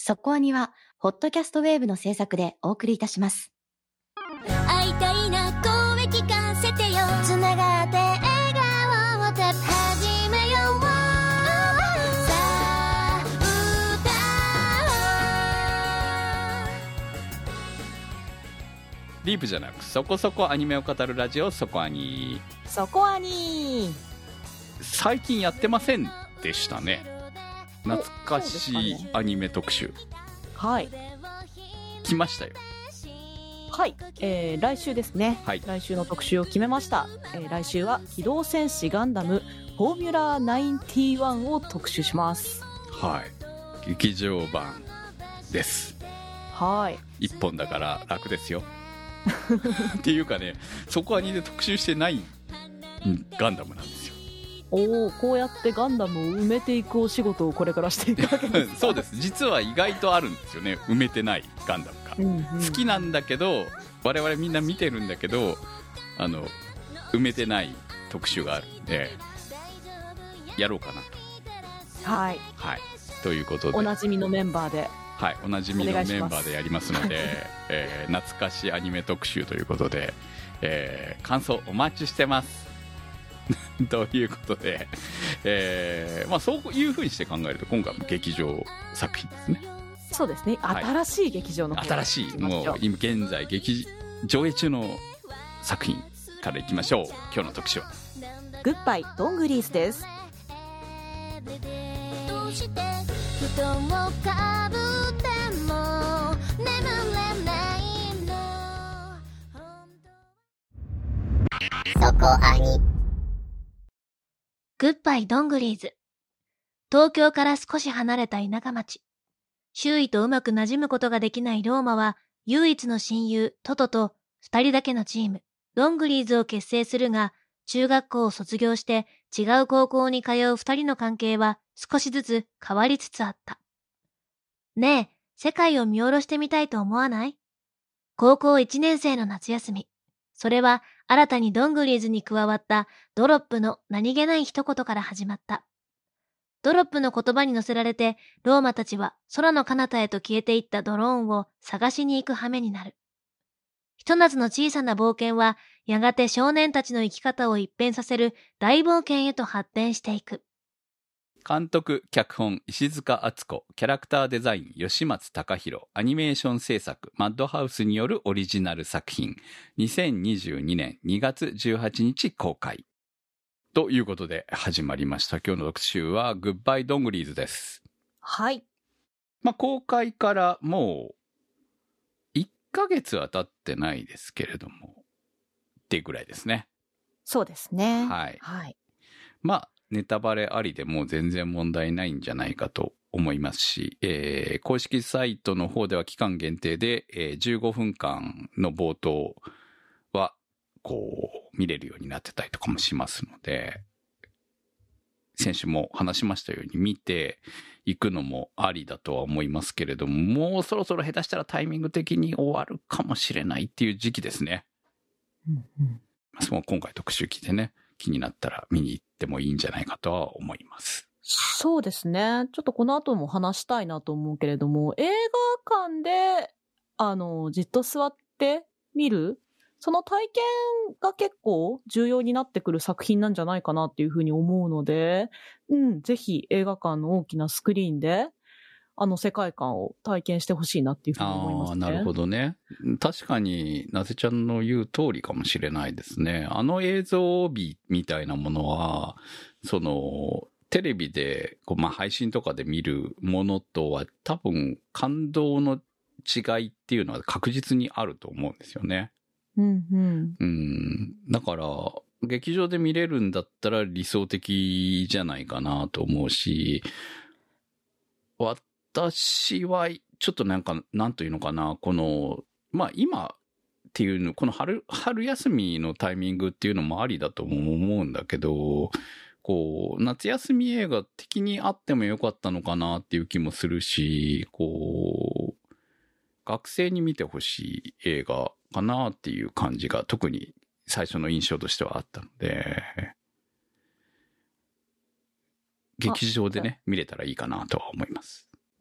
そこアニは、ホットキャストウェーブの制作でお送りいたします。 会いたいな、声聞かせてよ。つながって笑顔を始めよう。さあディープじゃなくそこそこアニメを語るラジオ、そこアニ。 そこアニ。 最近やってませんでしたね。懐かしいアニメ特集。 はい。 来ましたよ。 はい、来週ですね、はい、来週の特集を決めました。来週は機動戦士ガンダムフォーミュラー91を特集します。 はい、劇場版です。 はい、 1本だから楽ですよっていうかね、そこは2で特集してないガンダムなんですよ。 おお、こうやってガンダムを埋めていくお仕事をこれからしていくわけですかそうです。実は意外とあるんですよね、埋めてないガンダムが、好きなんだけど、我々みんな見てるんだけど、埋めてない特集があるんで、やろうかなと。 はい、 はい、ということで、 おなじみのメンバーで、 はい、おなじみのメンバーでやりますので懐かしいアニメ特集ということで、感想お待ちしてますということで、まあ、そういう風にして考えると今回も劇場作品ですね。 そうですね、 はい、 新しい劇場の新しい、もう今現在上映中の作品からいきましょう。今日の特集はグッバイドングリースです。 どうして布団をかぶっても眠れないの。そこアニ。 グッバイドングリーズ。東京から少し離れた田舎町。周囲とうまく馴染むことができないローマは、唯一の親友トトと2人だけのチーム、ドングリーズを結成するが、中学校を卒業して違う高校に通う2人の関係は少しずつ変わりつつあった。ねえ、世界を見下ろしてみたいと思わない？高校1年生の夏休み。それは新たにドングリーズに加わったドロップの何気ない一言から始まった。ドロップの言葉に乗せられて、ローマたちは空の彼方へと消えていったドローンを探しに行く羽目になる。ひと夏の小さな冒険は、やがて少年たちの生き方を一変させる大冒険へと発展していく。 監督・脚本石塚敦子、キャラクターデザイン吉松隆弘、アニメーション制作マッドハウスによるオリジナル作品、2022年2月18日公開ということで始まりました。今日の特集はグッバイドングリーズです。 はい。 まあ、公開からもう1ヶ月は経ってないですけれどもっていうぐらいですね。 そうですね。 はい。 はい。 まあネタバレありでも全然問題ないんじゃないかと思いますし、公式サイトの方では期間限定で、15分間の冒頭はこう見れるようになってたりとかもしますので、先週も話しましたように見ていくのもありだとは思いますけれども、もうそろそろ下手したらタイミング的に終わるかもしれないっていう時期ですね。その今回特集聞いてね、気になったら見に行ってもいいんじゃないかとは思います。 そうですね。ちょっとこの後も話したいなと思うけれども、映画館でじっと座って見る、その体験が結構重要になってくる作品なんじゃないかなっていうふうに思うので、ぜひ映画館の大きなスクリーンで世界観を体験してほしいなっていうふうに思いますね。 なるほどね。確かになぜちゃんの言う通りかもしれないですね。映像美みたいなものはテレビで配信とかで見るものとは多分感動の違いっていうのは確実にあると思うんですよね。だから劇場で見れるんだったら理想的じゃないかなと思うし、私はちょっとなんというのかな、今っていうの、この春休みのタイミングっていうのもありだと思うんだけど、夏休み映画的にあってもよかったのかなっていう気もするし、学生に見てほしい映画かなっていう感じが特に最初の印象としてはあったので、劇場でね見れたらいいかなとは思います。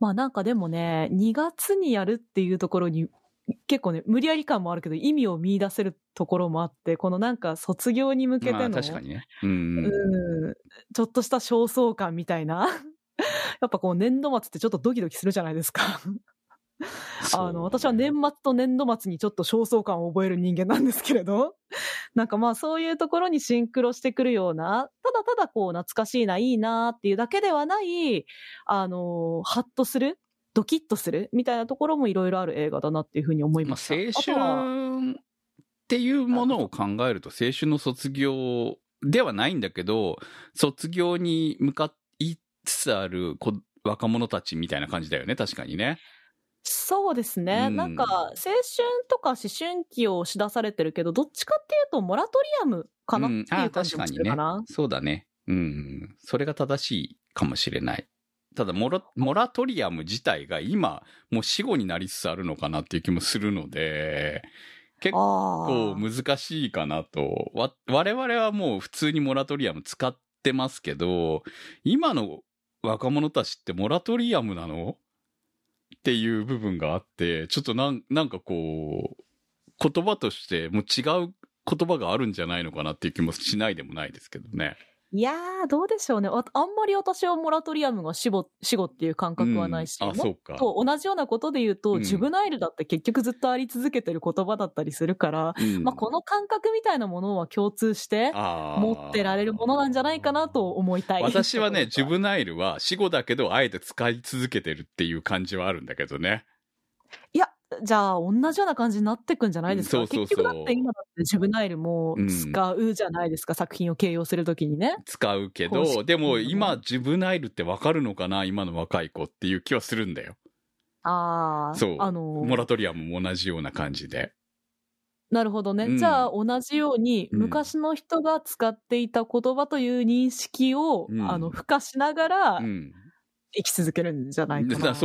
まあなんかでもね、2月にやるっていうところに結構ね、無理やり感もあるけど意味を見出せるところもあって、このなんか卒業に向けての、 確かにね。 ちょっとした焦燥感みたいな。やっぱこう年度末ってちょっとドキドキするじゃないですか。私は年末と年度末にちょっと焦燥感を覚える人間なんですけれど、なんかまあそういうところにシンクロしてくるような、ただただこう懐かしいな、いいなっていうだけではない、ハッとする、ドキッとするみたいなところもいろいろある映画だなっていうふうに思いました。 青春っていうものを考えると、青春の卒業ではないんだけど、卒業に向かいつつある若者たちみたいな感じだよね、確かにね。 そうですね、なんか青春とか思春期を押し出されてるけど、どっちかっていうとモラトリアムかなっていう感じもするかな。 ね、そうだね。それが正しいかもしれない。ただモラトリアム自体が今もう死後になりつつあるのかなっていう気もするので、結構難しいかなと。我々はもう普通にモラトリアム使ってますけど、今の若者たちってモラトリアムなのっていう部分があって、ちょっとなんかこう、言葉としてもう違う言葉があるんじゃないのかなっていう気もしないでもないですけどね。 いやー、どうでしょうね。あんまり私はモラトリアムが死後っていう感覚はないし、 そうか。 と同じようなことで言うと、ジュブナイルだって結局ずっとあり続けてる言葉だったりするから、まあこの感覚みたいなものは共通して持ってられるものなんじゃないかなと思いたい。 私はね、ジュブナイルは死後だけどあえて使い続けてるっていう感じはあるんだけどね。 いや、じゃあ同じような感じになってくんじゃないですか。結局だって今だってジュブナイルも使うじゃないですか、作品を形容するときにね。 使うけど、でも今ジュブナイルってわかるのかな、今の若い子っていう気はするんだよ。そう。モラトリアムも同じような感じで。 なるほどね。じゃあ同じように昔の人が使っていた言葉という認識を、付加しながら、生き続けるんじゃないかな。 そう。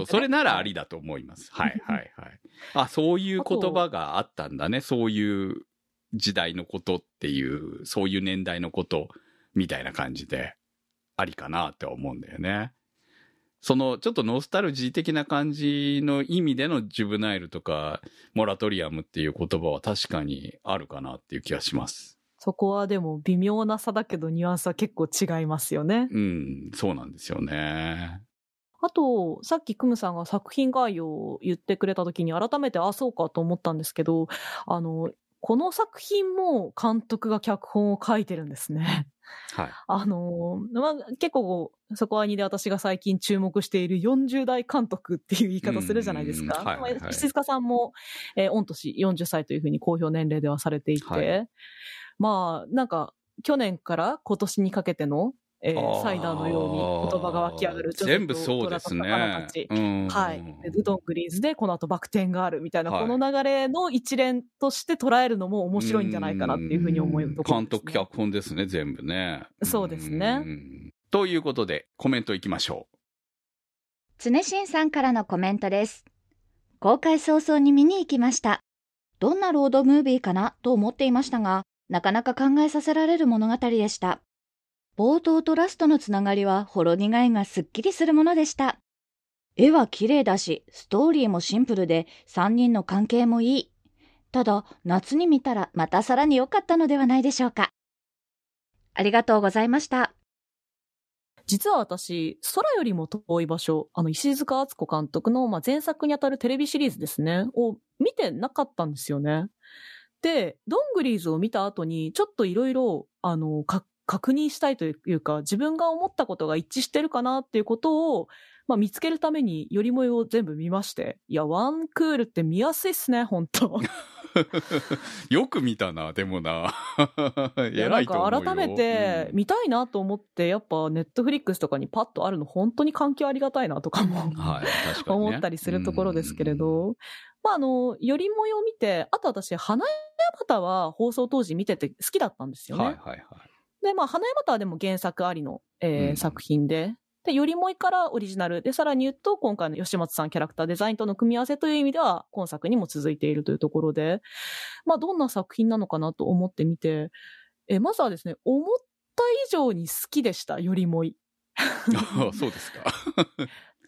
それならありだと思います。はい。あ、そういう言葉があったんだね。そういう時代のことっていう、そういう年代のことみたいな感じで、ありかなって思うんだよね。その、ちょっとノスタルジー的な感じの意味でのジュブナイルとか、モラトリアムっていう言葉は確かにあるかなっていう気がします。 そこはでも微妙な差だけどニュアンスは結構違いますよね。 そうなんですよね。 あと、さっきクムさんが作品概要を言ってくれた時に改めて、そうかと思ったんですけど、この作品も監督が脚本を書いてるんですね。 はい。 結構、そこはにで私が最近注目している40代監督っていう言い方するじゃないですか。石塚さんも、御年40歳というふうに公表年齢ではされていて、まあ、なんか、去年から今年にかけての、サイダーのように言葉が湧き上がる。 全部そうですね。 はい。でドングリーズでこの後バク転があるみたいな、この流れの一連として捉えるのも面白いんじゃないかなっていうふうに思うところですね。 監督脚本ですね、全部ね。 そうですね。 ということで、コメントいきましょう。 常新さんからのコメントです。公開早々に見に行きました。どんなロードムービーかなと思っていましたが、なかなか考えさせられる物語でした。冒頭とラストのつながりはほろ苦いがすっきりするものでした。絵は綺麗だし、ストーリーもシンプルで3人の関係もいい。ただ、夏に見たらまたさらに良かったのではないでしょうか。ありがとうございました。 実は私、空よりも遠い場所、石塚敦子監督の前作にあたるテレビシリーズですね、を見てなかったんですよね。で、ドングリーズを見た後に、ちょっといろいろ、確認したいというか、自分が思ったことが一致してるかなっていうことを、見つけるために、よりもよを全部見まして。いや、ワンクールって見やすいっすね、ほんと。 よく見たな、でもな。偉いと思うよ。 なんか改めて見たいなと思って、やっぱネットフリックスとかにパッとあるの本当に環境ありがたいなとかも、 確かにね、 思ったりするところですけれど、よりもよ見て、あと私、花山田は放送当時見てて好きだったんですよね。で、花山田はでも原作ありの、作品で、で、よりもいからオリジナルで、さらに言うと、今回の吉松さんキャラクターデザインとの組み合わせという意味では、今作にも続いているというところで、どんな作品なのかなと思ってみて、まずはですね、思った以上に好きでした、よりもい。 そうですか。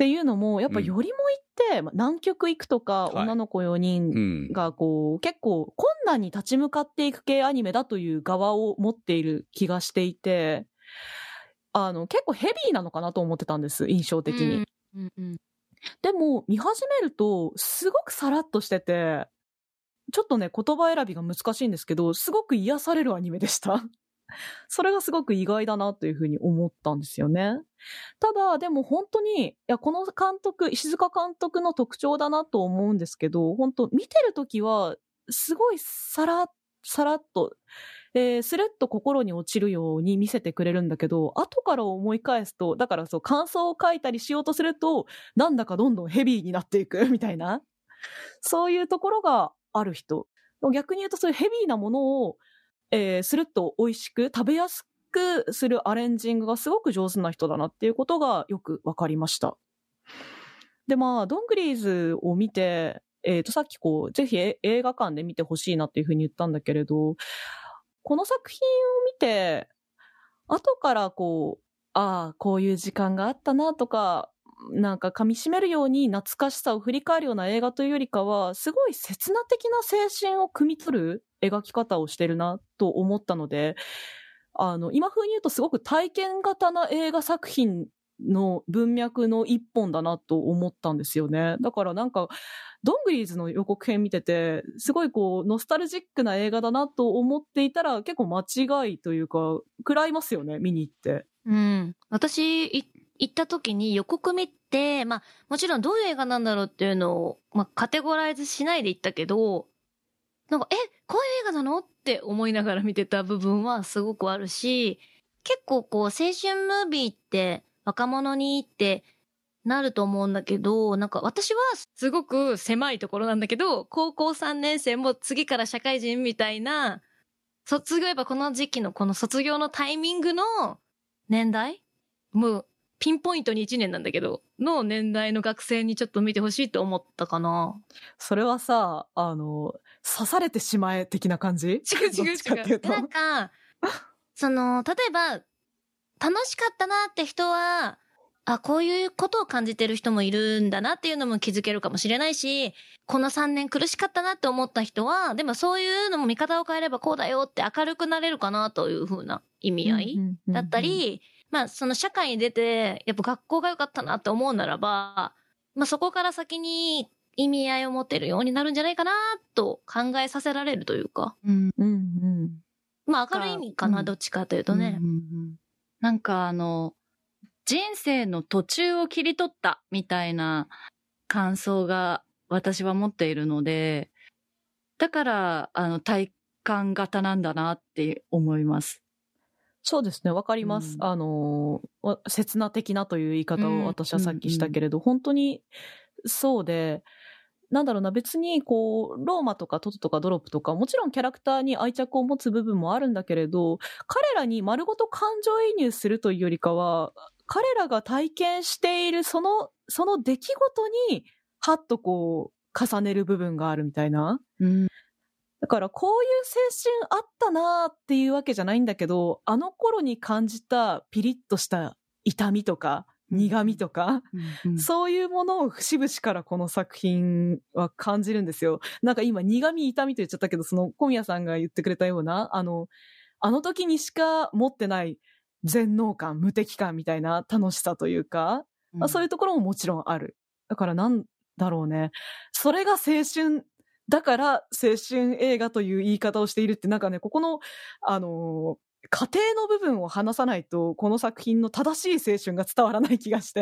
っていうのも、やっぱよりも行って、南極行くとか、 はい女の子4人がこう、結構困難に立ち向かっていく系アニメだという側を持っている気がしていて、結構ヘビーなのかなと思ってたんです、印象的に。でも、見始めると、すごくさらっとしてて、ちょっとね、言葉選びが難しいんですけど、すごく癒されるアニメでした。それがすごく意外だなというふうに思ったんですよね。ただ、でも本当に、この監督、石塚監督の特徴だなと思うんですけど、本当見てるときは、すごいさらっと、スルッと心に落ちるように見せてくれるんだけど、後から思い返すと、だからそう感想を書いたりしようとすると、なんだかどんどんヘビーになっていくみたいな、そういうところがある人。逆に言うとそういうヘビーなものを、スルッと美味しく食べやすくするアレンジングがすごく上手な人だなっていうことがよくわかりました。で、どんぐりーずを見て、さっきぜひ映画館で見てほしいなっていうふうに言ったんだけれど、この作品を見て、後からこういう時間があったなとか、なんか噛み締めるように懐かしさを振り返るような映画というよりかは、すごい刹那的な青春を汲み取る描き方をしてるなと思ったので、今風に言うとすごく体験型な映画作品の文脈の一本だなと思ったんですよね。だからなんか、どんぐりーずの予告編見てて、すごいノスタルジックな映画だなと思っていたら、結構間違いというか、食らいますよね、見に行って。 私、行った時に予告見て、もちろんどういう映画なんだろうっていうのを、カテゴライズしないで行ったけど、なんか、こういう映画なのって思いながら見てた部分はすごくあるし、結構青春ムービーって若者にってなると思うんだけど、なんか私はすごく狭いところなんだけど、高校3年生も次から社会人みたいな、卒業やっぱこの時期のこの卒業のタイミングの年代もうピンポイントに1年なんだけど、の年代の学生にちょっと見てほしいと思ったかな。 それはさ、刺されてしまえ的な感じ？ 違う。なんか、例えば、楽しかったなって人は、こういうことを感じてる人もいるんだなっていうのも気づけるかもしれないし、この3年苦しかったなって思った人は、でもそういうのも見方を変えればこうだよって明るくなれるかなという風な意味合いだったり、社会に出て、やっぱ学校が良かったなって思うならば、そこから先に意味合いを持てるようになるんじゃないかなと考えさせられるというか。明るい意味かな、どっちかというとね。 なんか人生の途中を切り取ったみたいな感想が私は持っているので、だから体感型なんだなって思います。 そうですね、わかります。刹那的なという言い方を私はさっきしたけれど、本当にそうで、なんだろうな、別にローマとかトトとかドロップとか、もちろんキャラクターに愛着を持つ部分もあるんだけれど、彼らに丸ごと感情移入するというよりかは、彼らが体験しているその出来事に、はっと重ねる部分があるみたいな。だからこういう青春あったなーっていうわけじゃないんだけど、あの頃に感じたピリッとした痛みとか苦みとか、そういうものを節々からこの作品は感じるんですよ。なんか今苦み痛みと言っちゃったけど、小宮さんが言ってくれたような、あの時にしか持ってない全能感、無敵感みたいな楽しさというか、そういうところももちろんある。だからなんだろうね。それが青春だから青春映画という言い方をしているって、なんかね、ここの、家庭の部分を話さないと、この作品の正しい青春が伝わらない気がして。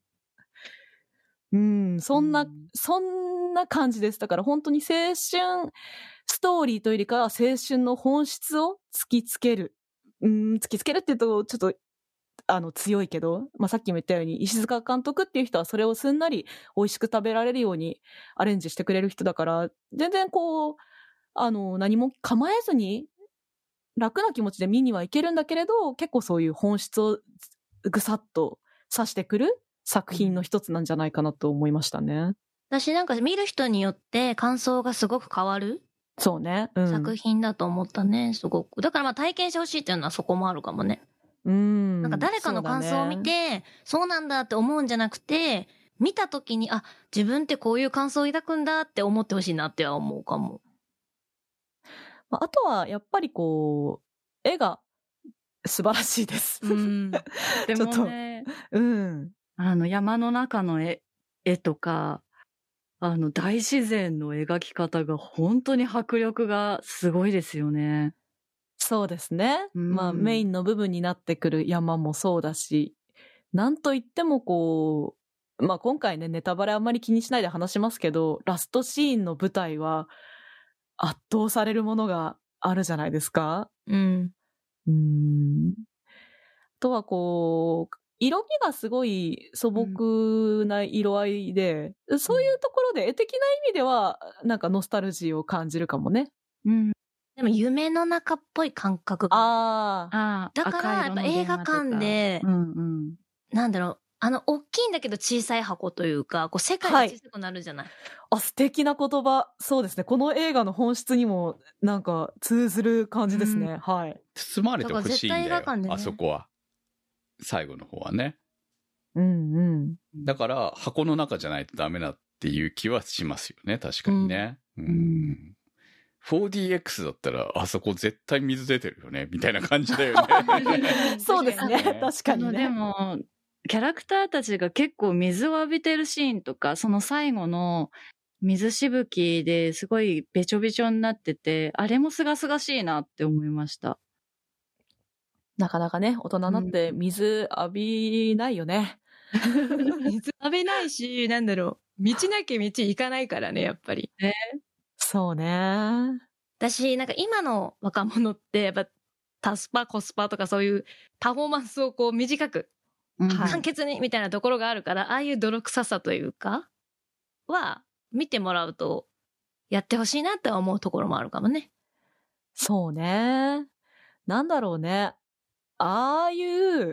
そんな感じです。だから本当に青春ストーリーというよりかは青春の本質を突きつける。突きつけるって言うと、ちょっと、強いけど、さっきも言ったように、石塚監督っていう人はそれをすんなり美味しく食べられるようにアレンジしてくれる人だから、全然何も構えずに楽な気持ちで見にはいけるんだけれど、結構そういう本質をぐさっと刺してくる作品の一つなんじゃないかなと思いましたね。 私なんか見る人によって感想がすごく変わる。 そうね。 作品だと思ったね、すごく。だから体験してほしいっていうのはそこもあるかもね。 なんか誰かの感想を見て、そうなんだって思うんじゃなくて、見た時に、あ、自分ってこういう感想を抱くんだって思ってほしいなっては思うかも。 あとは、やっぱりこう、絵が素晴らしいです。 でもね、山の中の絵とか、大自然の描き方が本当に迫力がすごいですよね。 そうですね。まあ、メインの部分になってくる山もそうだし、なんといってもこう、まあ今回ね、ネタバレあんまり気にしないで話しますけど、ラストシーンの舞台は圧倒されるものがあるじゃないですか。あとはこう、色味がすごい素朴な色合いで、そういうところで絵的な意味では、なんかノスタルジーを感じるかもね。 でも夢の中っぽい感覚が。だからやっぱ映画館で、なんだろう、大きいんだけど小さい箱というか、こう世界が小さくなるじゃない。 素敵な言葉。そうですね。この映画の本質にもなんか通ずる感じですね。はい。 包まれてほしいんだよ、あそこは。最後の方はね。だから箱の中じゃないとダメだっていう気はしますよね。確かにね。4DX だったらあそこ絶対水出てるよねみたいな感じだよね。 そうですね。確かにね。 でもキャラクターたちが結構水を浴びてるシーンとか、その最後の水しぶきですごいべちょべちょになってて、あれもすがすがしいなって思いました。 なかなかね、大人になって水浴びないよね。 水浴びないし、なんだろう。道なき道行かないからね、やっぱり。 そうね。 私、なんか今の若者って、やっぱ、タスパ、コスパとかそういうパフォーマンスをこう短く、簡潔にみたいなところがあるから、ああいう泥臭さというか、は、見てもらうと、やってほしいなって思うところもあるかもね。 そうね。なんだろうね。ああいう、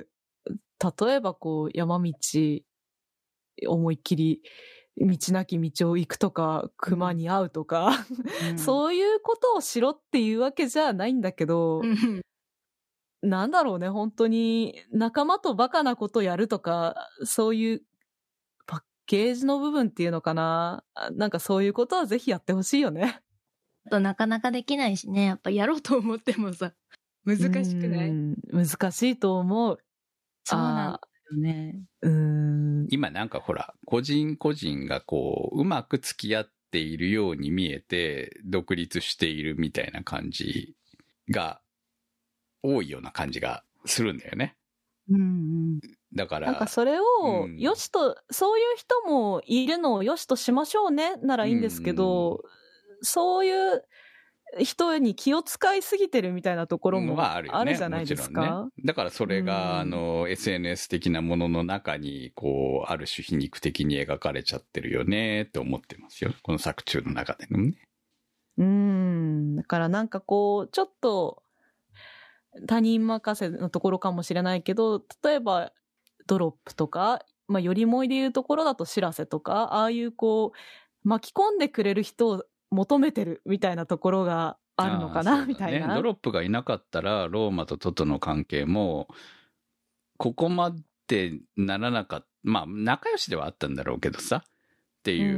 例えばこう、山道、思いっきり、道なき道を行くとか、熊に会うとか、そういうことをしろっていうわけじゃないんだけど、なんだろうね、本当に仲間とバカなことやるとか、そういうパッケージの部分っていうのかな。なんかそういうことはぜひやってほしいよね。 なかなかできないしね、やっぱやろうと思ってもさ、難しくない？ 難しいと思う。 そうなんだよね。 今なんかほら、個人個人がこう、うまく付き合っているように見えて、独立しているみたいな感じが多いような感じがするんだよね。だから。 なんかそれを、よしと、そういう人もいるのをよしとしましょうね、ならいいんですけど、そういう人に気を使いすぎてるみたいなところもあるじゃないですか。 もちろんね。だからそれが、SNS 的なものの中に、こう、ある種皮肉的に描かれちゃってるよね、って思ってますよ。この作中の中でね。 だからなんかこう、ちょっと、他人任せのところかもしれないけど、例えば、ドロップとか、まあ、よりもいでいうところだとしらせとか、ああいうこう、巻き込んでくれる人を求めてるみたいなところがあるのかな、みたいな。 ドロップがいなかったら、ローマとトトの関係も、ここまでならなかった。まあ、仲良しではあったんだろうけどさ、っていう。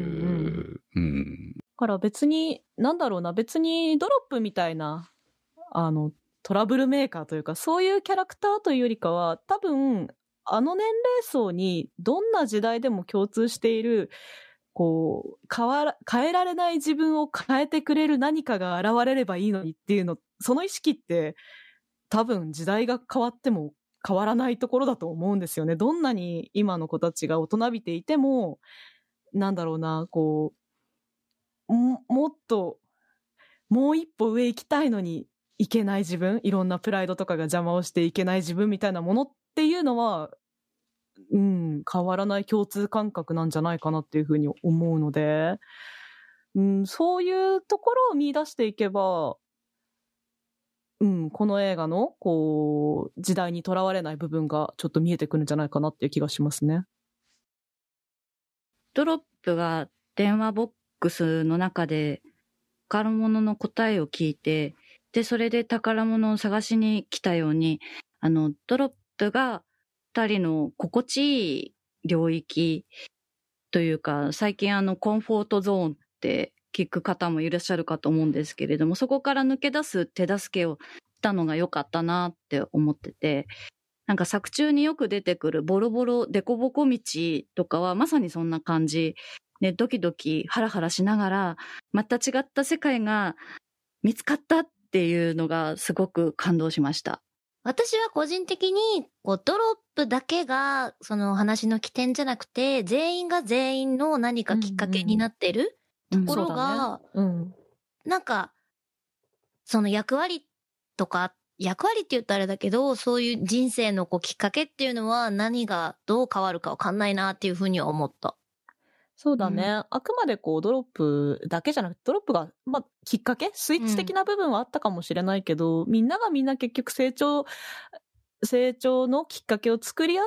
だから別に、なんだろうな、別にドロップみたいな、トラブルメーカーというか、そういうキャラクターというよりかは、多分、年齢層にどんな時代でも共通している、こう、変えられない自分を変えてくれる何かが現れればいいのにっていうの、その意識って多分時代が変わっても変わらないところだと思うんですよね。どんなに今の子たちが大人びていても、なんだろうな、こう、もっと、もう一歩上行きたいのにいけない自分、いろんなプライドとかが邪魔をしていけない自分みたいなものっていうのは、変わらない共通感覚なんじゃないかなっていうふうに思うので、そういうところを見出していけば、この映画のこう時代にとらわれない部分がちょっと見えてくるんじゃないかなっていう気がしますね。 ドロップが電話ボックスの中で宝物の答えを聞いて、でそれで宝物を探しに来たように、ドロップが二人の心地いい領域というか、最近コンフォートゾーンって聞く方もいらっしゃるかと思うんですけれども、そこから抜け出す手助けをしたのが良かったなって思ってて、なんか作中によく出てくるボロボロデコボコ道とかはまさにそんな感じ。ね、ドキドキハラハラしながら、また違った世界が見つかったっていうのがすごく感動しました。 私は個人的に、ドロップだけが、その話の起点じゃなくて、全員が全員の何かきっかけになってるところが、なんか、その役割とか、役割って言ったらあれだけど、そういう人生のきっかけっていうのは何がどう変わるかわかんないなっていうふうには思った。 そうだね。あくまでドロップだけじゃなくて、ドロップが、きっかけスイッチ的な部分はあったかもしれないけど、みんながみんな結局成長のきっかけを作り合って、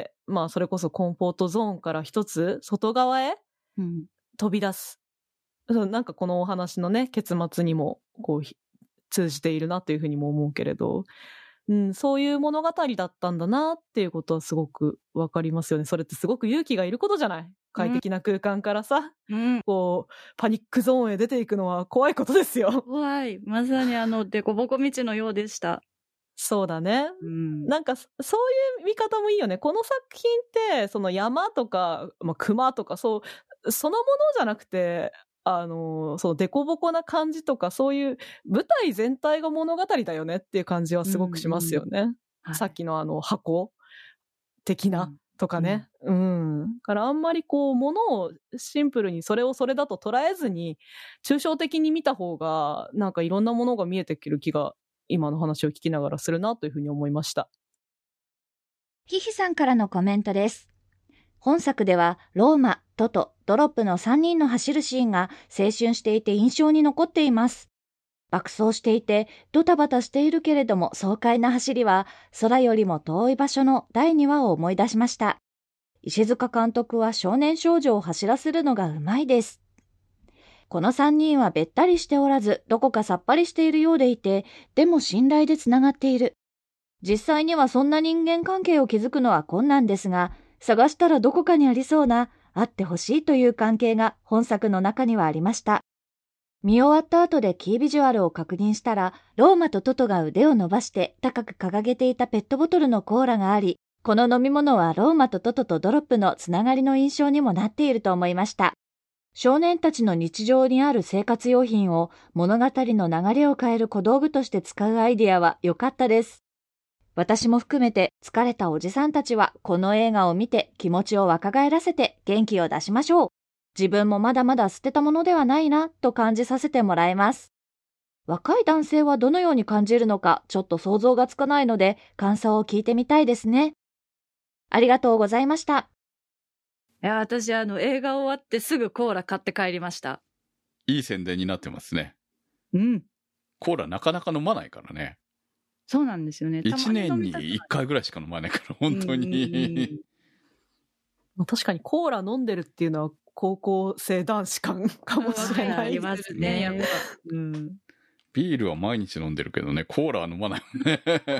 それこそコンフォートゾーンから一つ外側へ飛び出す。なんかこのお話のね、結末にも通じているなというふうにも思うけれど、そういう物語だったんだなっていうことはすごくわかりますよね。それってすごく勇気がいることじゃない。快適な空間からさ、パニックゾーンへ出ていくのは怖いことですよ。 怖い。まさにデコボコ道のようでした。 そうだね。なんかそういう見方もいいよね。この作品ってその山とか、熊とかそのものじゃなくて、そのデコボコな感じとか、そういう舞台全体が物語だよねっていう感じはすごくしますよね。さっきの箱的なとかね。からあんまり物をシンプルにそれをそれだと捉えずに、抽象的に見た方が、なんかいろんなものが見えてくる気が、今の話を聞きながらするなというふうに思いました。 ひひさんからのコメントです。本作ではローマ、トト、ドロップの3人の走るシーンが青春していて印象に残っています。爆走していてドタバタしているけれども爽快な走りは空よりも遠い場所の第2話を思い出しました。石塚監督は少年少女を走らせるのがうまいです。この3人はべったりしておらずどこかさっぱりしているようでいて、でも信頼でつながっている。実際にはそんな人間関係を築くのは困難ですが、探したらどこかにありそうな、あってほしいという関係が本作の中にはありました。見終わった後でキービジュアルを確認したら、ローマとトトが腕を伸ばして高く掲げていたペットボトルのコーラがあり、この飲み物はローマとトトとドロップのつながりの印象にもなっていると思いました。少年たちの日常にある生活用品を物語の流れを変える小道具として使うアイデアは良かったです。私も含めて疲れたおじさんたちはこの映画を見て気持ちを若返らせて元気を出しましょう。自分もまだまだ捨てたものではないなと感じさせてもらえます。若い男性はどのように感じるのかちょっと想像がつかないので感想を聞いてみたいですね。ありがとうございました。 いや、私映画終わってすぐコーラ買って帰りました。 いい宣伝になってますね。コーラなかなか飲まないからね。 そうなんですよね。 1年に1回ぐらいしか飲まないから、本当に。 確かにコーラ飲んでるっていうのは高校生男子感かもしれないですね。やっぱビールは毎日飲んでるけどね、コーラは飲まないもんね。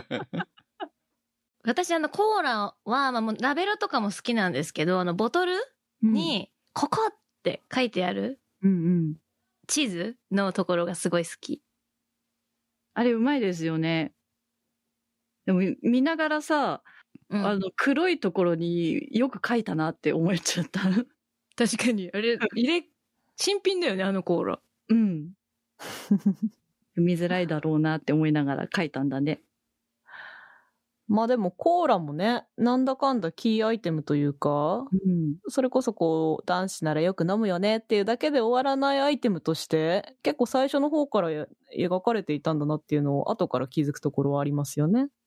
私コーラは、もうラベルとかも好きなんですけど、ボトルに、ここって書いてある、地図のところがすごい好き。 あれうまいですよね。でも見ながらさ、黒いところによく書いたなって思っちゃった。 確かに。あれ、新品だよね、コーラ。 見づらいだろうなって思いながら書いたんだね。 でもコーラもね、なんだかんだキーアイテムというか、それこそ男子ならよく飲むよねっていうだけで終わらないアイテムとして、結構最初の方から描かれていたんだなっていうのを後から気づくところはありますよね。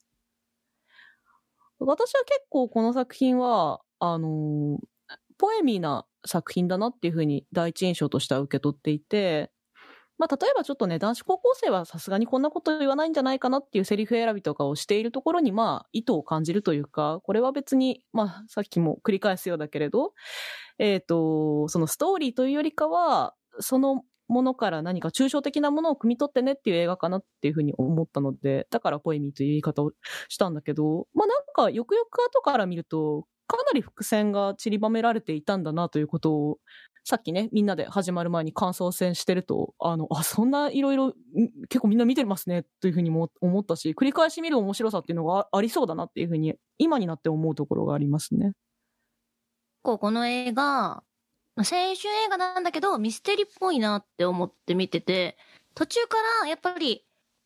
私は結構この作品は、ポエミーな作品だなっていうふうに第一印象としては受け取っていて、例えばちょっとね、男子高校生はさすがにこんなこと言わないんじゃないかなっていうセリフ選びとかをしているところに、意図を感じるというか、これは別に、さっきも繰り返すようだけれど、そのストーリーというよりかは、そのものから何か抽象的なものを汲み取ってねっていう映画かなっていうふうに思ったので、だからポエミーという言い方をしたんだけど、まあなんかよくよく後から見ると、かなり伏線が散りばめられていたんだなということを、さっきね、みんなで始まる前に感想戦してると、そんないろいろ結構みんな見てますねというふうにも思ったし、繰り返し見る面白さっていうのがありそうだなっていうふうに、今になって思うところがありますね。 この映画、青春映画なんだけど、ミステリーっぽいなって思って見てて、途中からやっぱり、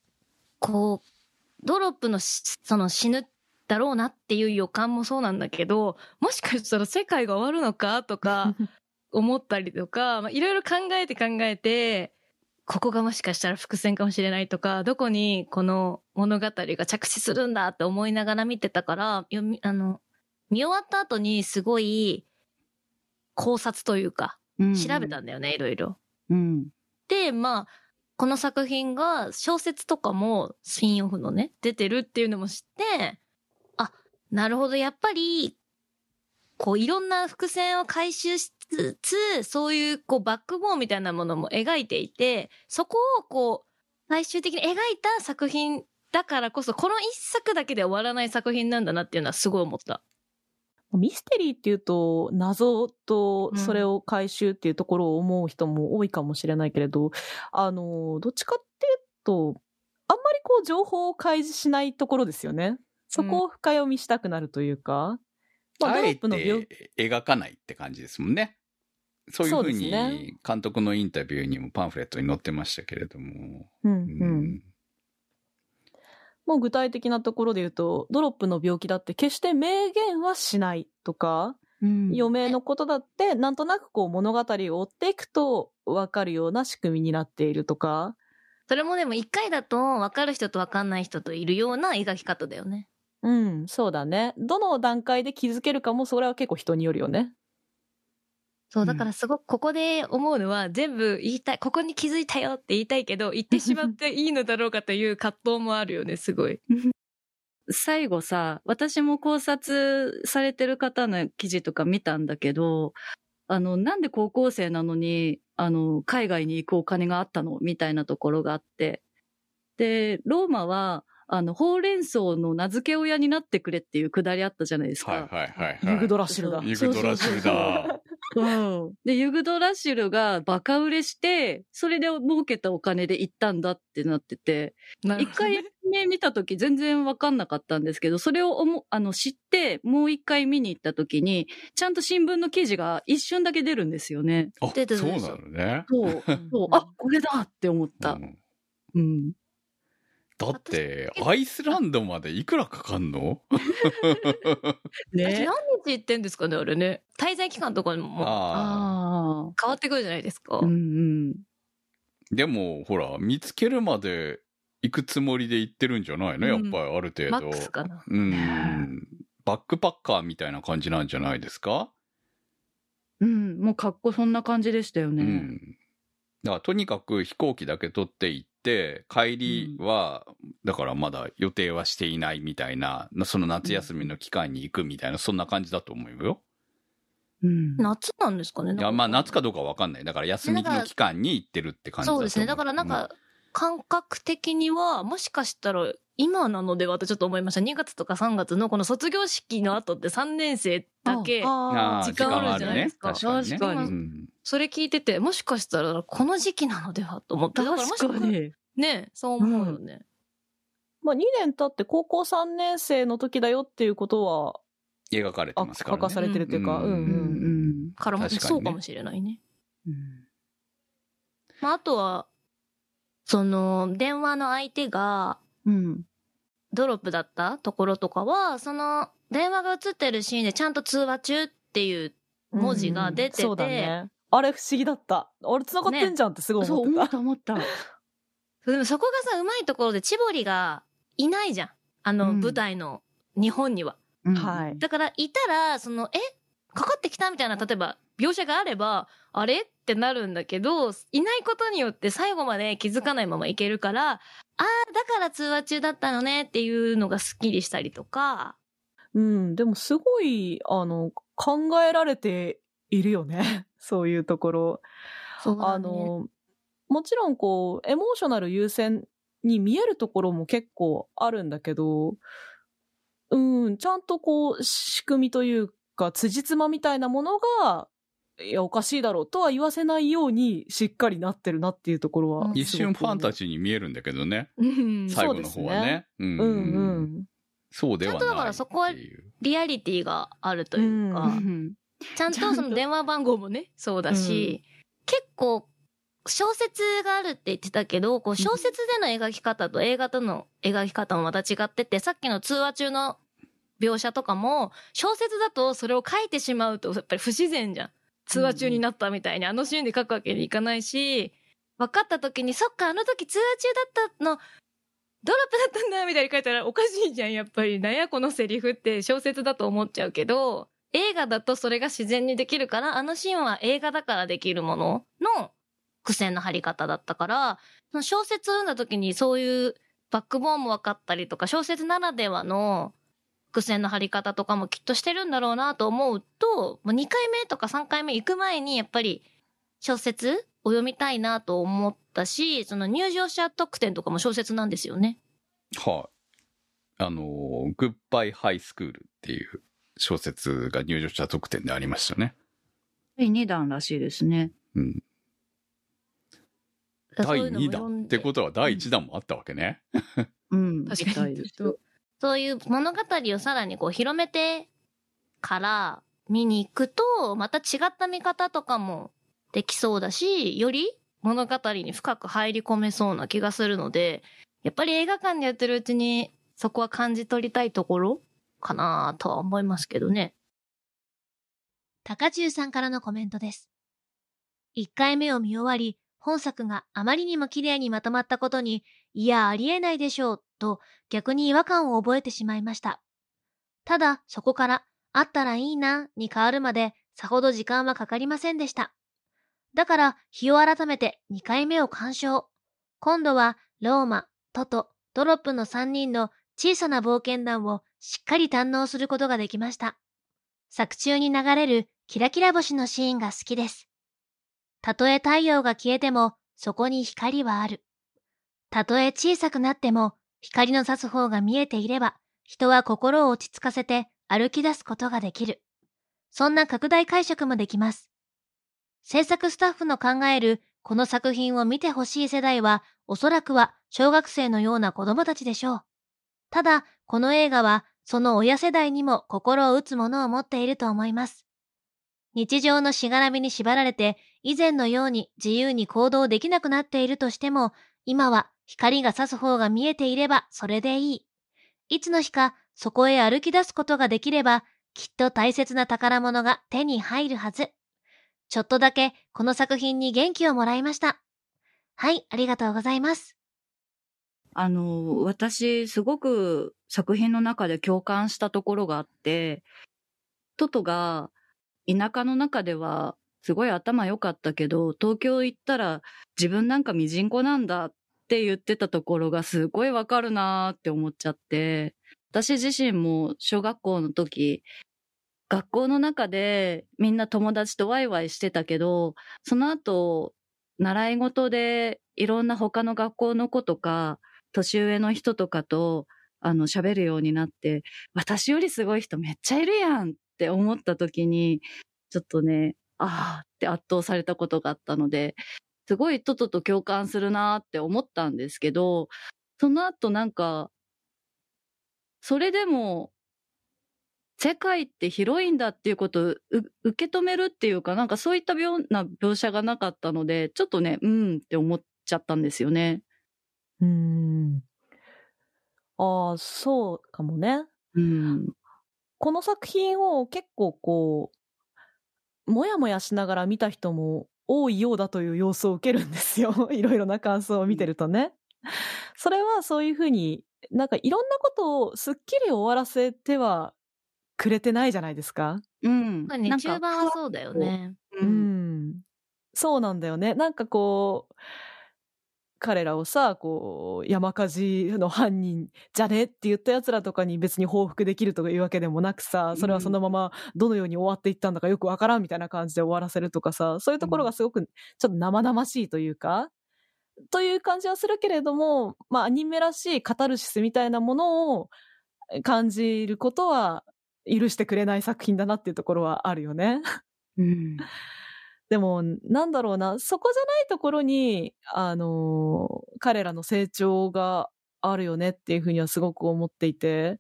ドロップのその死ぬだろうなっていう予感もそうなんだけど、もしかしたら世界が終わるのかとか思ったりとか、いろいろ考えて、ここがもしかしたら伏線かもしれないとか、どこにこの物語が着地するんだって思いながら見てたから、見終わった後にすごい考察というか、調べたんだよね、いろいろ。で、この作品が小説とかもスピンオフのね、出てるっていうのも知って、なるほど、やっぱり、いろんな伏線を回収しつつ、そういう、バックボーンみたいなものも描いていて、そこを最終的に描いた作品だからこそ、この一作だけで終わらない作品なんだなっていうのはすごい思った。 ミステリーっていうと、謎とそれを回収っていうところを思う人も多いかもしれないけれど、どっちかっていうと、あんまり情報を開示しないところですよね。そこを深読みしたくなるというか、 あえて描かないって感じですもんね。そういうふうに監督のインタビューにもパンフレットに載ってましたけれども。 もう具体的なところで言うと、ドロップの病気だって決して明言はしないとか、余命のことだってなんとなく物語を追っていくと分かるような仕組みになっているとか。 それもでも一回だと分かる人と分かんない人といるような描き方だよね。 そうだね。どの段階で気づけるかもそれは結構人によるよね。 そう、だからすごくここで思うのは全部言いたい、ここに気づいたよって言いたいけど、言ってしまっていいのだろうかという葛藤もあるよね、すごい。 最後さ、私も考察されてる方の記事とか見たんだけど、なんで高校生なのに、海外に行くお金があったのみたいなところがあって。で、ローマは、ほうれん草の名付け親になってくれっていうくだりあったじゃないですか。 ユグドラシルだ。 ユグドラシルだ。 で、ユグドラシルがバカ売れして、それで儲けたお金で行ったんだってなってて、一回目見た時全然わかんなかったんですけど、それを知って、もう一回見に行った時に、ちゃんと新聞の記事が一瞬だけ出るんですよね。 そうなのね。 そう。これだって思った。 だって、アイスランドまでいくらかかんのね。何日行ってんですかね、あれね。滞在期間とかも変わってくるじゃないですか。 でも、ほら、見つけるまで行くつもりで行ってるんじゃないの、やっぱりある程度。 マックスかな。 バックパッカーみたいな感じなんじゃないですか？ もうそんな感じでしたよね。 だからとにかく飛行機だけ取って行って、帰りは、だからまだ予定はしていないみたいな、その夏休みの期間に行くみたいな、そんな感じだと思うよ。 夏なんですかね。 いや、夏かどうかわかんない。だから休みの期間に行ってるって感じだと思う。 そうですね。だから感覚的には、もしかしたら今なのではとちょっと思いました。2月とか3月のこの卒業式の後って3年生だけ時間あるじゃないですか。 確かに。 それ聞いてて、もしかしたらこの時期なのではと思って。だからもしかね、そう思うよね。 2年経って高校3年生の時だよっていうことは、 描かれてますからね。 書かされてるっていうか、 からも、そうかもしれないね。あとは、電話の相手が、ドロップだったところとかは、電話が映ってるシーンでちゃんと通話中っていう文字が出てて、 そうだね。あれ不思議だった。俺繋がってんじゃんってすごい思ってた。 そう思った。 でもそこがさ、うまいところで千堀がいないじゃん。舞台の日本には。 はい。 だから、いたら、かかってきたみたいな、例えば、描写があれば、あれってなるんだけど、いないことによって最後まで気づかないままいけるから、だから通話中だったのねっていうのがスッキリしたりとか。 でもすごい、考えられているよね。そういうところ。 そうだね。 もちろんこうエモーショナル優先に見えるところも結構あるんだけど、ちゃんとこう仕組みというか辻褄みたいなものがいやおかしいだろうとは言わせないようにしっかりなってるなっていうところは、 一瞬ファンタジーに見えるんだけどね、最後の方はね。そうではないっていう。 ちゃんとだからそこはリアリティがあるというか、ちゃんとその電話番号もねそうだし、結構小説があるって言ってたけど、こう小説での描き方と映画との描き方もまた違ってて、さっきの通話中の描写とかも、小説だとそれを書いてしまうとやっぱり不自然じゃん。通話中になったみたいにあのシーンで書くわけにいかないし、分かった時にそっかあの時通話中だったのドロップだったんだみたいに書いたらおかしいじゃん。やっぱりなんやこのセリフって小説だと思っちゃうけど、映画だとそれが自然にできるから、あのシーンは映画だからできるものの苦戦の張り方だったから、その小説を読んだ時にそういうバックボーンも分かったりとか、小説ならではの苦戦の張り方とかもきっとしてるんだろうなと思うと、もう2回目とか3回目行く前にやっぱり小説を読みたいなと思ったし、その入場者特典とかも小説なんですよね。 はい、グッバイハイスクールっていう小説が入場者特典でありましたね。 第2弾らしいですね。 第2弾ってことは第1弾もあったわけね。 確かに。そういう物語をさらにこう広めてから見に行くと、また違った見方とかもできそうだし、より物語に深く入り込めそうな気がするので、やっぱり映画館でやってるうちにそこは感じ取りたいところかなとは思いますけどね。 高中さんからのコメントです。1回目を見終わり、本作があまりにも綺麗にまとまったことに、いやありえないでしょうと逆に違和感を覚えてしまいました。ただそこからあったらいいなに変わるまでさほど時間はかかりませんでした。だから日を改めて2回目を鑑賞。今度はローマ、トト、ドロップの3人の小さな冒険談をしっかり堪能することができました。作中に流れるキラキラ星のシーンが好きです。たとえ太陽が消えてもそこに光はある。たとえ小さくなっても光の差す方が見えていれば、人は心を落ち着かせて歩き出すことができる。そんな拡大解釈もできます。制作スタッフの考えるこの作品を見てほしい世代は、おそらくは小学生のような子供たちでしょう。ただ、この映画はその親世代にも心を打つものを持っていると思います。日常のしがらみに縛られて、以前のように自由に行動できなくなっているとしても、今は光が差す方が見えていればそれでいい。いつの日かそこへ歩き出すことができれば、きっと大切な宝物が手に入るはず。ちょっとだけこの作品に元気をもらいました。はい、ありがとうございます。 私すごく作品の中で共感したところがあって、トトが田舎の中ではすごい頭良かったけど、東京行ったら自分なんかミジンコなんだって言ってたところがすごいわかるなーって思っちゃって、私自身も小学校の時、学校の中でみんな友達とワイワイしてたけど、その後習い事でいろんな他の学校の子とか年上の人とかと喋るようになって、私よりすごい人めっちゃいるやんって思った時に、ちょっとね、あーって圧倒されたことがあったので、すごいトトと共感するなって思ったんですけど、その後なんか、それでも世界って広いんだっていうことを受け止めるっていうか、なんかそういった描写がなかったので、ちょっとね、って思っちゃったんですよね。 ああ、そうかもね。この作品を結構こう、もやもやしながら見た人も多いようだという様子を受けるんですよ。いろいろな感想を見てるとね。それはそういうふうに、なんかいろんなことをすっきり終わらせてはくれてないじゃないですか。 中盤はそうだよね。 そうなんだよね。なんかこう、彼らをさ、こう山火事の犯人じゃねって言った奴らとかに別に報復できるとかいうわけでもなくさ、それはそのままどのように終わっていったんだかよくわからんみたいな感じで終わらせるとかさ、そういうところがすごくちょっと生々しいというか、 という感じはするけれども、まあアニメらしいカタルシスみたいなものを感じることは許してくれない作品だなっていうところはあるよね。 うん。 でも、なんだろうな、そこじゃないところに、彼らの成長があるよねっていうふうにはすごく思っていて、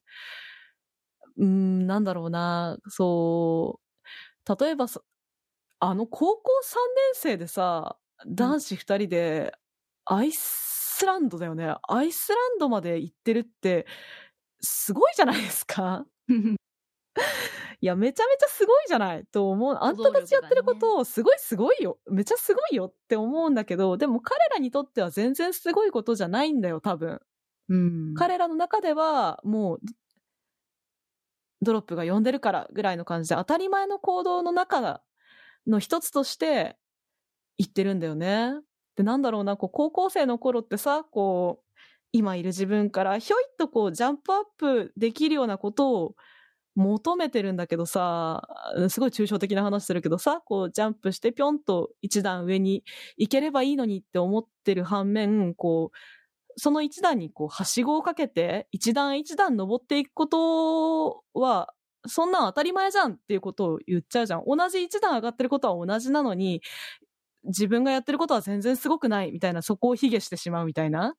なんだろうな、そう、例えば高校3年生でさ、男子2人で、アイスランドだよね。アイスランドまで行ってるって、すごいじゃないですか。いや、めちゃめちゃすごいじゃないと思う。あんたたちやってることをすごいよ。めちゃすごいよって思うんだけど、でも彼らにとっては全然すごいことじゃないんだよ、多分。彼らの中では、もう、ドロップが呼んでるからぐらいの感じで、当たり前の行動の中の一つとして言ってるんだよね。で、なんだろうな、高校生の頃ってさ、今いる自分からひょいっとジャンプアップできるようなことを求めてるんだけどさ、すごい抽象的な話するけどさ、ジャンプしてぴょんと一段上に行ければいいのにって思ってる反面、その一段にはしごをかけて一段一段登っていくことは、そんなん当たり前じゃんっていうことを言っちゃうじゃん。同じ一段上がってることは同じなのに、自分がやってることは全然すごくないみたいな、そこを卑下してしまうみたいな。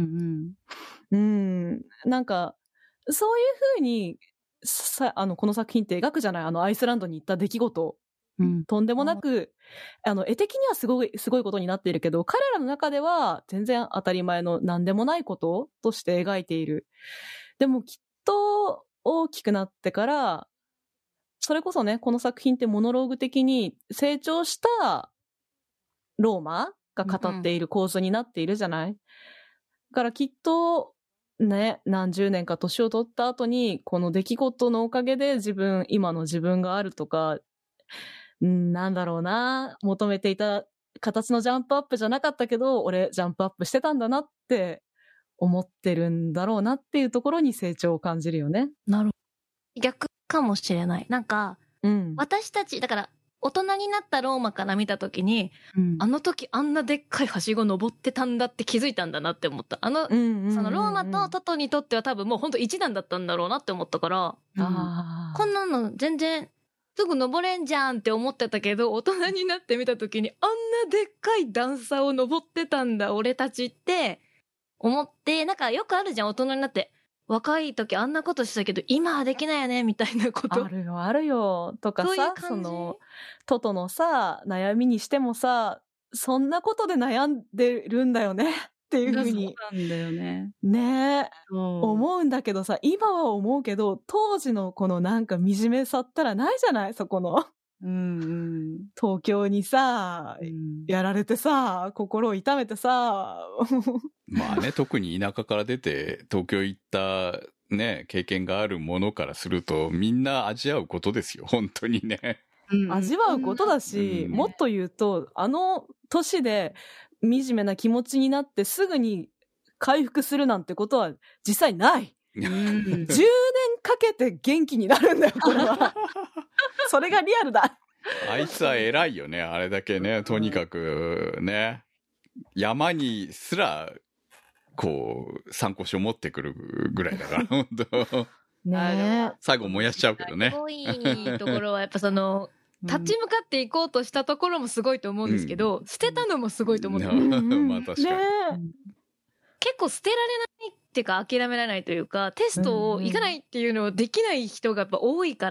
なんか、そういうふうに、この作品って描くじゃない、アイスランドに行った出来事。とんでもなく、絵的にはすごいことになっているけど、彼らの中では全然当たり前の何でもないこととして描いている。でもきっと大きくなってから、それこそね、この作品ってモノローグ的に成長したローマが語っている構図になっているじゃない？だからきっと、ね、何十年か年を取った後に、この出来事のおかげで今の自分があるとか、なんだろうな、求めていた形のジャンプアップじゃなかったけど、俺ジャンプアップしてたんだなって思ってるんだろうなっていうところに成長を感じるよね。 なるほど。逆かもしれない。なんか、私たち、だから、大人になったローマから見たときに、あの時あんなでっかいはしご登ってたんだって気づいたんだなって思った。そのローマとトトにとっては多分もうほんと一段だったんだろうなって思ったから、こんなの全然すぐ登れんじゃんって思ってたけど、大人になってみたときにあんなでっかい段差を登ってたんだ俺たちって思って、なんかよくあるじゃん、大人になって。若い時あんなことしたけど今はできないよねみたいなこと。 あるよとかさ、トトのさ悩みにしてもさ、そんなことで悩んでるんだよねっていう風にそうなんだよね。 ね、思うんだけどさ、今は思うけど当時のこのなんか惨めさったらないじゃない、そこの東京にさ、やられてさ、心を痛めてさ。 まあね、特に田舎から出て東京行ったね、経験があるものからすると、みんな味わうことですよ、本当にね。 味わうことだし、もっと言うと、あの年で惨めな気持ちになってすぐに回復するなんてことは実際ない。10年かけて元気になるんだよ、これは。それがリアルだ。 あいつは偉いよね、あれだけね、とにかくね、山にすら、参考書持ってくるぐらいだから、本当ね、最後燃やしちゃうけどね。 すごいところは、やっぱ立ち向かっていこうとしたところもすごいと思うんですけど、捨てたのもすごいと思うんですよ。 まあ確かに。 結構捨てられないっていうか諦められないというか、テストを行かないっていうのをできない人がやっぱ多いから、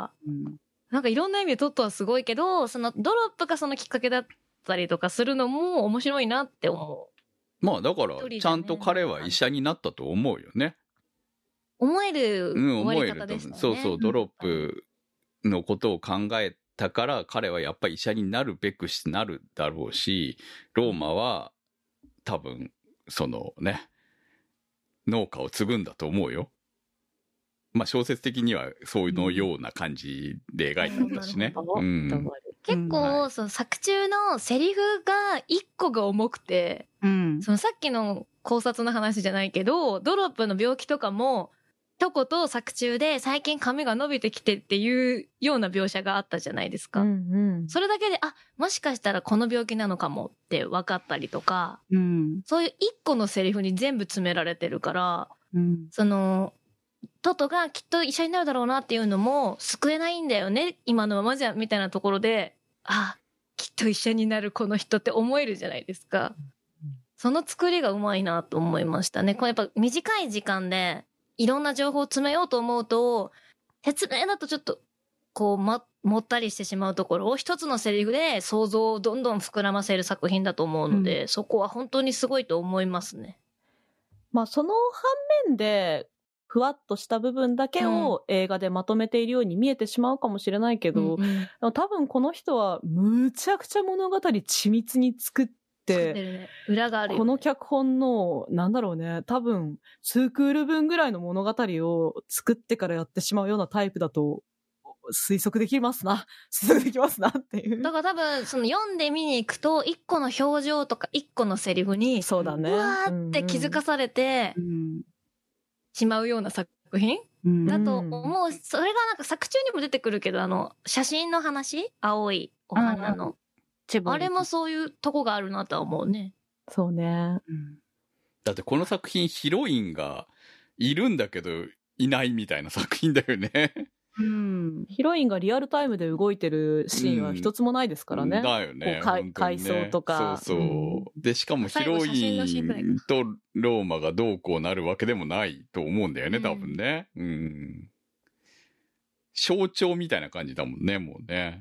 なんかいろんな意味でトットはすごいけど、そのドロップがそのきっかけだったりとかするのも面白いなって思う。 まあだから、ちゃんと彼は医者になったと思うよね。 思える終わり方でしたね。 そうそう、ドロップのことを考えたから、彼はやっぱり医者になるべくしてなるだろうし、ローマは多分、農家を継ぐんだと思うよ。まあ小説的にはそういうような感じで描いたんだしね。 結構、その作中のセリフが一個が重くて、そのさっきの考察の話じゃないけど、ドロップの病気とかも、 とこと作中で最近髪が伸びてきてっていうような描写があったじゃないですか。それだけで、もしかしたらこの病気なのかもって分かったりとか、そういう一個のセリフに全部詰められてるから、その、トトがきっと医者になるだろうなっていうのも救えないんだよね、今のままじゃ、みたいなところで、きっと医者になるこの人って思えるじゃないですか。その作りがうまいなと思いましたね。これやっぱ短い時間でいろんな情報を詰めようと思うと、説明だとちょっとこうもったりしてしまうところを一つのセリフで想像をどんどん膨らませる作品だと思うので、そこは本当にすごいと思いますね。 まあその反面で、ふわっとした部分だけを映画でまとめているように見えてしまうかもしれないけど、でも多分この人はむちゃくちゃ物語緻密に作って、 裏があるよね。 この脚本の、なんだろうね、多分2クール分ぐらいの物語を作ってからやってしまうようなタイプだと推測できますなっていう。 だから多分その読んで見に行くと一個の表情とか一個のセリフにそうだね、 うわーって気づかされて、しまうような作品だと思う。それがなんか作中にも出てくるけど、写真の話、青いお花の。あれもそういうとこがあるなとは思うね。 そうね。 だってこの作品ヒロインがいるんだけどいないみたいな作品だよね。 ヒロインがリアルタイムで動いてるシーンは一つもないですからね。 だよね。 回想とか。 そう。で、しかもヒロインとローマがどうこうなるわけでもないと思うんだよね、多分ね。象徴みたいな感じだもんね、もうね。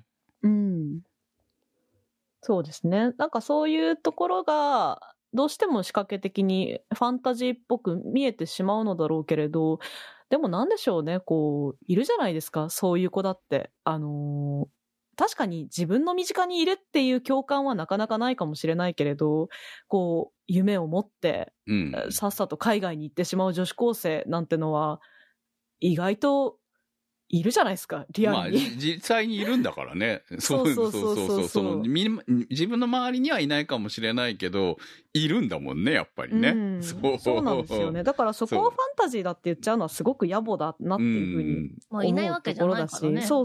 そうですね。なんかそういうところが、どうしても仕掛け的にファンタジーっぽく見えてしまうのだろうけれど、でもなんでしょうね、こう、いるじゃないですか、そういう子だって。確かに自分の身近にいるっていう共感はなかなかないかもしれないけれど、こう、夢を持って、さっさと海外に行ってしまう女子高生なんてのは、意外といるじゃないですか、リアルに。 まあ、実際にいるんだからね。そう。自分の周りにはいないかもしれないけど、いるんだもんね、やっぱりね。 そうなんですよね。だからそこをファンタジーだって言っちゃうのはすごく野暮だなっていうふうに思うところだし。そう。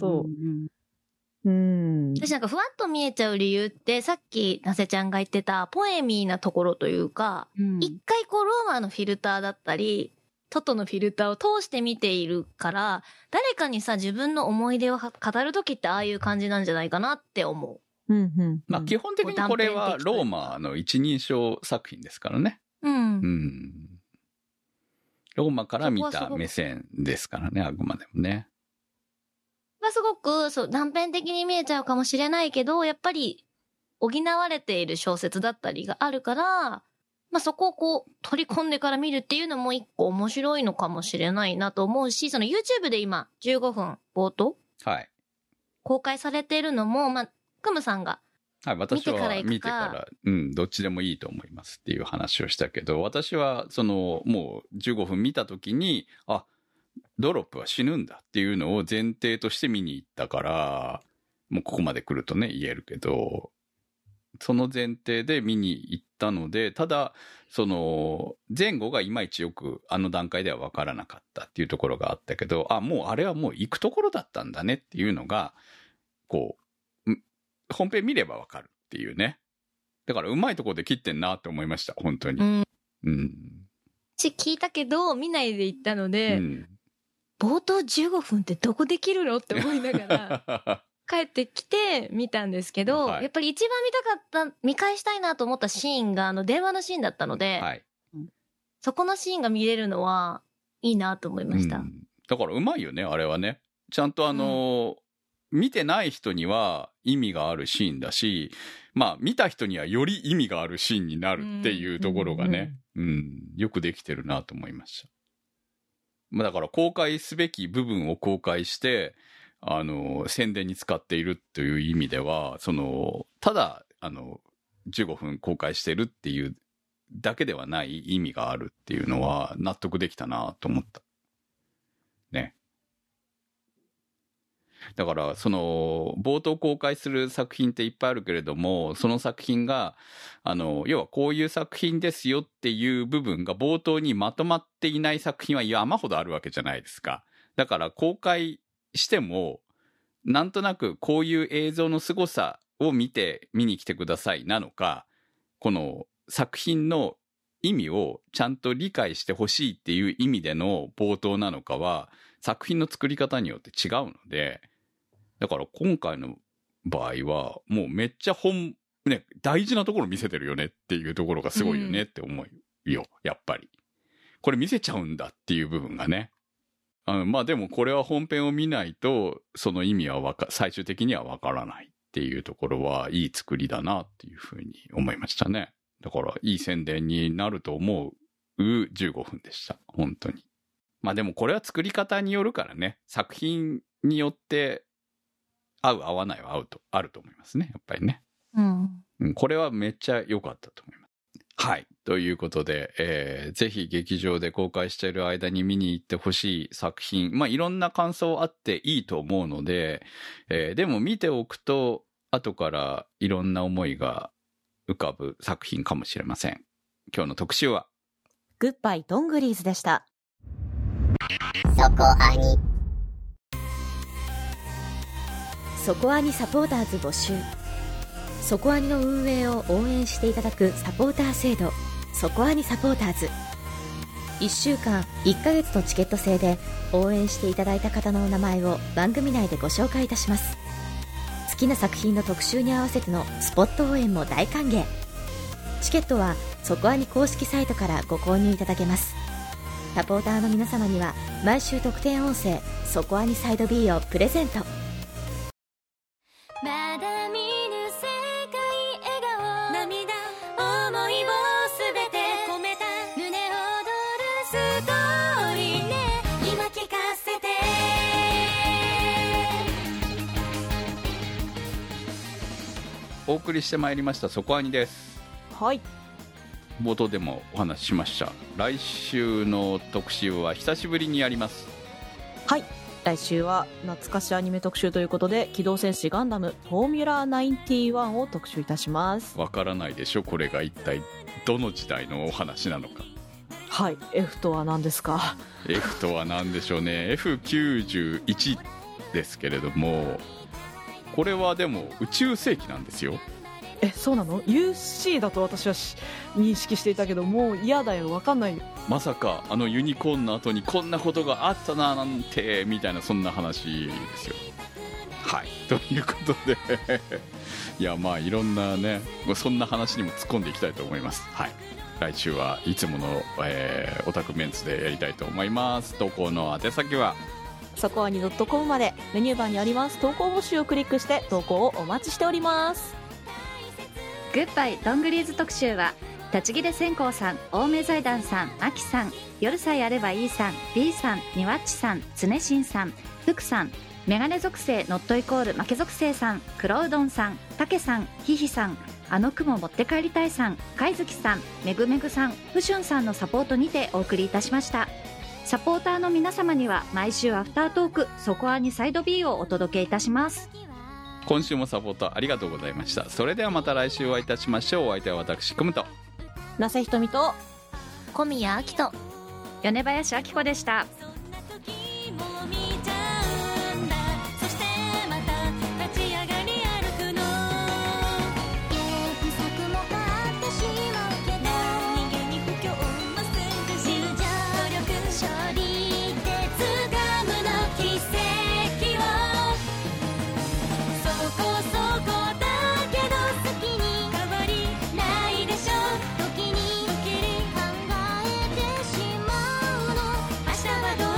私なんかふわっと見えちゃう理由って、さっきなせちゃんが言ってたポエミーなところというか、一回こうローマのフィルターだったり、トトのフィルターを通して見ているから、誰かにさ、自分の思い出を語るときってああいう感じなんじゃないかなって思う。 まあ基本的にこれはローマの一人称作品ですからね。ローマから見た目線ですからね、あくまでもね。 すごく、断片的に見えちゃうかもしれないけど、やっぱり補われている小説だったりがあるから、まあ、そこをこう取り込んでから見るっていうのも一個面白いのかもしれないなと思うし、その YouTube で今15分冒頭公開されているのも、まあ、クムさんが私は見てからどっちでもいいと思いますっていう話をしたけど、私はもう15分見た時に、ドロップは死ぬんだっていうのを前提として見に行ったから、もうここまで来るとね言えるけど、その前提で見に行ったので、ただ前後がいまいちよくあの段階では分からなかったっていうところがあったけど、もうあれはもう行くところだったんだねっていうのがこう本編見れば分かるっていうね。だからうまいところで切ってんなって思いました、本当に。 聞いたけど見ないで行ったので、冒頭15分ってどこで切るのって思いながら帰ってきて見たんですけど、やっぱり一番見返したいなと思ったシーンが電話のシーンだったので、そこのシーンが見れるのはいいなと思いました。 だからうまいよね、あれはね。ちゃんと見てない人には意味があるシーンだし、まあ見た人にはより意味があるシーンになるっていうところがね、よくできてるなと思いました。まあだから公開すべき部分を公開して、宣伝に使っているという意味では、ただ、15分公開してるっていうだけではない意味があるっていうのは納得できたなと思った。ね。 だからその冒頭公開する作品っていっぱいあるけれども、その作品が要はこういう作品ですよっていう部分が冒頭にまとまっていない作品は山ほどあるわけじゃないですか。だから公開してもなんとなくこういう映像の凄さを見に来てくださいなのか、この作品の意味をちゃんと理解してほしいっていう意味での冒頭なのかは作品の作り方によって違うので、だから今回の場合はもうめっちゃ大事なところ見せてるよねっていうところがすごいよねって思うよ、やっぱり。これ見せちゃうんだっていう部分がね。まあでもこれは本編を見ないとその意味は最終的にはわからないっていうところはいい作りだなっていうふうに思いましたね。だからいい宣伝になると思う15分でした。本当に。まあでもこれは作り方によるからね。作品によって合う合わないはあると思いますね。やっぱりね。これはめっちゃ良かったと思います。はい。ということで、ぜひ劇場で公開している間に見に行ってほしい作品。まあいろんな感想あっていいと思うので、でも見ておくと後からいろんな思いが浮かぶ作品かもしれません。今日の特集はグッバイドングリーズでした。 そこアニサポーターズ募集。そこアニの運営を応援していただくサポーター制度、そこアニサポーターズ。1週間1ヶ月のチケット制で応援していただいた方のお名前を番組内でご紹介いたします。好きな作品の特集に合わせてのスポット応援も大歓迎。チケットはそこアニ公式サイトからご購入いただけます。サポーターの皆様には毎週特典音声そこアニサイド B をプレゼント。 まだ見ぬ世界笑顔涙思いをすべて込めた胸躍るストーリーね、今聞かせて。 お送りしてまいりましたそこアニです。 はい。 冒頭でもお話ししました。来週の特集は久しぶりにやります。 はい。来週は懐かしアニメ特集ということで、機動戦士ガンダムフォーミュラー91を特集いたします。 わからないでしょ、これが一体どの時代のお話なのか。 はい。 F とは何ですか？ F とは何でしょうね。 F91 ですけれども、これはでも宇宙世紀なんですよ。 そうなの？ UC だと私は認識していたけど、もう嫌だよ、わかんないよ。 まさかユニコーンの後にこんなことがあったななんてみたいな、そんな話ですよ。はい。ということでいや、まあいろんなね、そんな話にも突っ込んでいきたいと思います。はい。来週はいつもの、オタクメンツでやりたいと思います。投稿の宛先はそこアニ.com まで。メニューバーにあります投稿募集をクリックして投稿をお待ちしております。 グッバイドングリーズ特集は立ち切れ線香さん、青梅財団さん、アキさん、夜さえあればいいさん、 B さん、ニワッチさん、常新さん、福さん、メガネ属性ノットイコール負け属性さん、黒うどんさん、たけさん、ひひさん、あの雲持って帰りたいさん、かいずきさん、めぐめぐさん、ふしゅんさんのサポートにてお送りいたしました。サポーターの皆様には毎週アフタートークそこアニサイド B をお届けいたします。 今週もサポートありがとうございました。それではまた来週お会いいたしましょう。お相手は私くむとなせひとみと小宮あきと米林あきこでした。 明日はどう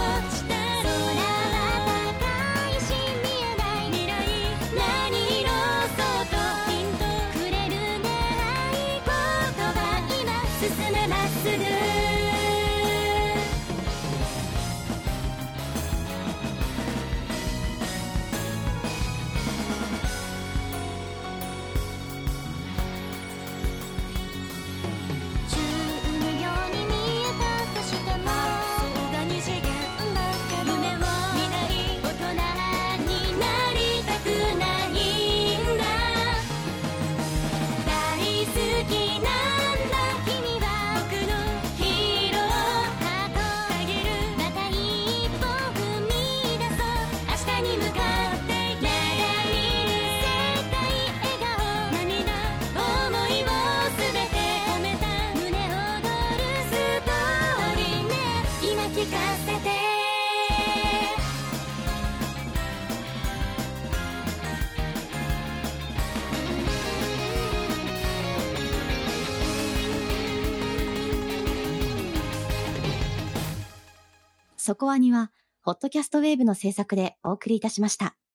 きなんだ君は僕のヒーローハートあげるまた一歩踏み出そう明日に向かってまだ見ぬ世界笑顔涙想いをすべて込めた胸躍るストーリーね今聞かせてそこアニは、ホットキャストウェーブの制作でお送りいたしました。